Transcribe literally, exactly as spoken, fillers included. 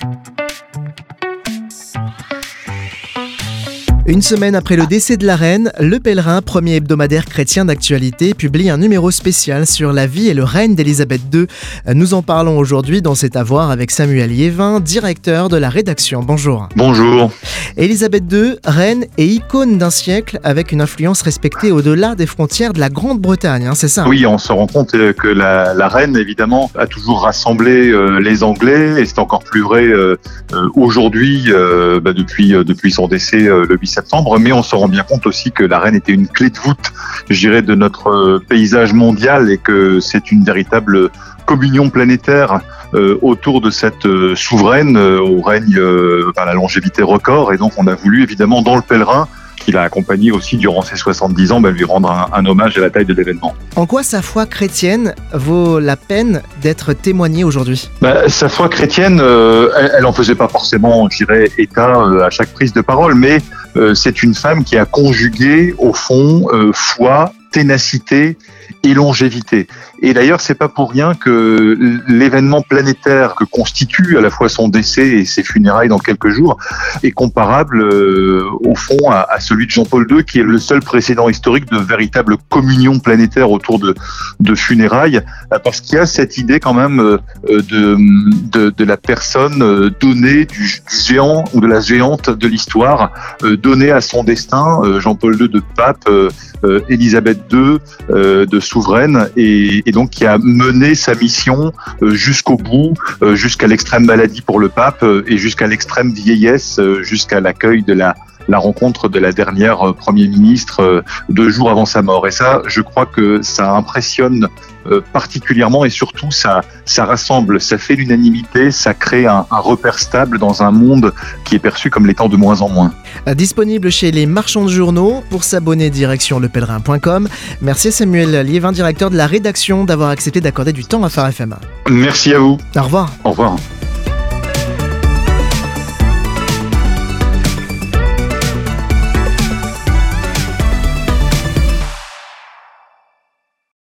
Une semaine après le décès de la reine, Le Pèlerin, premier hebdomadaire chrétien d'actualité, publie un numéro spécial sur la vie et le règne d'Élisabeth deux. Nous en parlons aujourd'hui dans C'est à voir avec Samuel Liévin, directeur de la rédaction. Bonjour. Bonjour. Élisabeth deux, reine et icône d'un siècle, avec une influence respectée au-delà des frontières de la Grande-Bretagne, hein, c'est ça? Oui, on se rend compte que la, la reine, évidemment, a toujours rassemblé euh, les Anglais, et c'est encore plus vrai euh, euh, aujourd'hui, euh, bah, depuis, euh, depuis son décès euh, le huit septembre, mais on se rend bien compte aussi que la reine était une clé de voûte, je dirais, de notre paysage mondial, et que c'est une véritable communion planétaire euh, autour de cette euh, souveraine euh, au règne euh, à la longévité record. Et donc on a voulu évidemment dans Le Pèlerin, qu'il a accompagné aussi durant ses soixante-dix ans, bah, lui rendre un, un hommage à la taille de l'événement. En quoi sa foi chrétienne vaut la peine d'être témoignée aujourd'hui? Bah, sa foi chrétienne, euh, elle, elle en faisait pas forcément, je dirais, état euh, à chaque prise de parole, mais euh, c'est une femme qui a conjugué au fond euh, foi, ténacité et longévité. Et d'ailleurs, c'est pas pour rien que l'événement planétaire que constitue à la fois son décès et ses funérailles dans quelques jours est comparable euh, au fond à, à celui de Jean-Paul deux, qui est le seul précédent historique de véritable communion planétaire autour de, de funérailles, parce qu'il y a cette idée quand même euh, de, de, de la personne donnée, du géant ou de la géante de l'histoire, euh, donnée à son destin, euh, Jean-Paul deux de pape, euh, euh, Élisabeth deux euh, de souveraine, et, et donc qui a mené sa mission euh, jusqu'au bout, euh, jusqu'à l'extrême maladie pour le pape euh, et jusqu'à l'extrême vieillesse, euh, jusqu'à l'accueil de la la rencontre de la dernière euh, Premier ministre euh, deux jours avant sa mort. Et ça, je crois que ça impressionne euh, particulièrement, et surtout ça, ça rassemble, ça fait l'unanimité, ça crée un, un repère stable dans un monde qui est perçu comme l'étant de moins en moins. Disponible chez les marchands de journaux. Pour s'abonner, direction le pèlerin point com. Merci Samuel Liévin, directeur de la rédaction, d'avoir accepté d'accorder du temps à Phare F M. Merci à vous. Au revoir. Au revoir.